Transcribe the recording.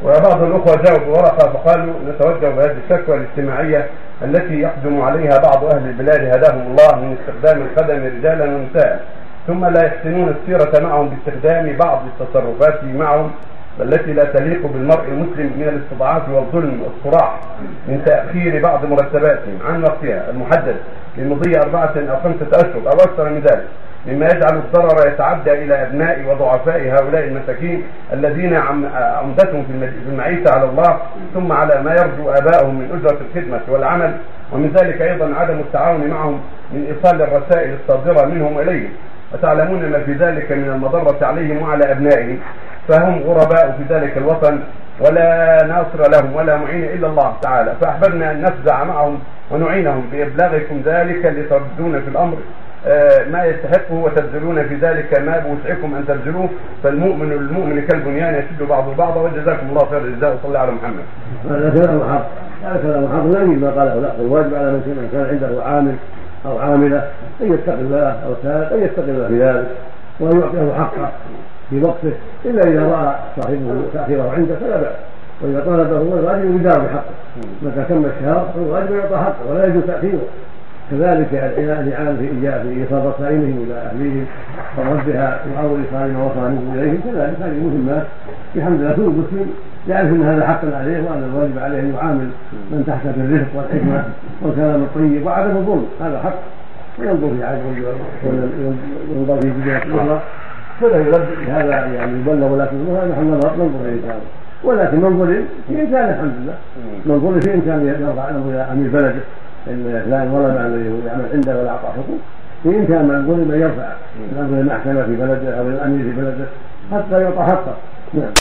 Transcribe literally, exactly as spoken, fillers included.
وبعض الأخوة جاءوا بورقة فقالوا نتوجه بهذه الشكوى الاجتماعية التي يقدم عليها بعض أهل البلاد هداهم الله من استخدام الخدم رجالا ونساء، ثم لا يحسنون السيرة معهم باستخدام بعض التصرفات معهم التي لا تليق بالمرء المسلم من الاستضعاف والظلم والصراع، من تأخير بعض مرتباتهم عن وقتها المحدد لمضي أربعة أو خمسة أشهر أو أكثر من ذلك، مما يجعل الضرر يتعدى إلى أبناء وضعفاء هؤلاء المساكين الذين عمدتهم في المعيشة على الله ثم على ما يرجو آبائهم من أجرة الخدمة والعمل. ومن ذلك أيضا عدم التعاون معهم من إيصال الرسائل الصادرة منهم إليهم، وتعلمون ما في ذلك من المضرة عليهم وعلى أبنائهم، فهم غرباء في ذلك الوطن ولا ناصر لهم ولا معين إلا الله تعالى، فأحببنا أن نفزع معهم ونعينهم بإبلاغكم ذلك لتردون في الأمر ما يستحقه وتبذلون في ذلك ما بوسعكم أن تبذلوه، فالمؤمن المؤمن كالبنيان يشد بعضه بعضا، وجزاكم الله خير الجزاء وصلى على محمد. هذا كلام حق، هذا كلام حق لا يجب ما قاله، لا الواجب على من كان عنده عامل أو عاملة أن يتقي الله أو سائل أن يتقي الله في ذلك وأن يعطيه حقه في وقته، إلا إذا رأى صاحبه تأخيره عنده فلا بأس، وإذا طلبه هو الواجب يدار بحقه، متى كم الشهر فالواجب يعطى حقه ولا يجوز تأخيره. كذلك الإعانة في إيجاب إيصال رسائلهم إلى أهليهم وردها أو إيصال ما وصل منهم إليهم، كذلك هذه مهمات بحمد الله. كل مسلم يعرف أن هذا حق عليه وأن الواجب عليه أن يعامل من تحت بالرفق والحكمة والكلام الطيب وعدم الظلم، هذا حق، وينظر في عدم وينظر في جهات أخرى فلا يرد هذا يعني يبلغ، ولكن هذا نحن ننظر في إنسان، ولكن من ظلم في إنسان الحمد لله، من ظلم في إنسان يرفع له إلى أمير بلده إن فلان ظلم الذي يعمل عنده ولا أعطى حقوق، في إمكان من ظلم يرفع الأمر إلى المحكمة في بلده أو الأمير في بلده حتى يعطى حقه.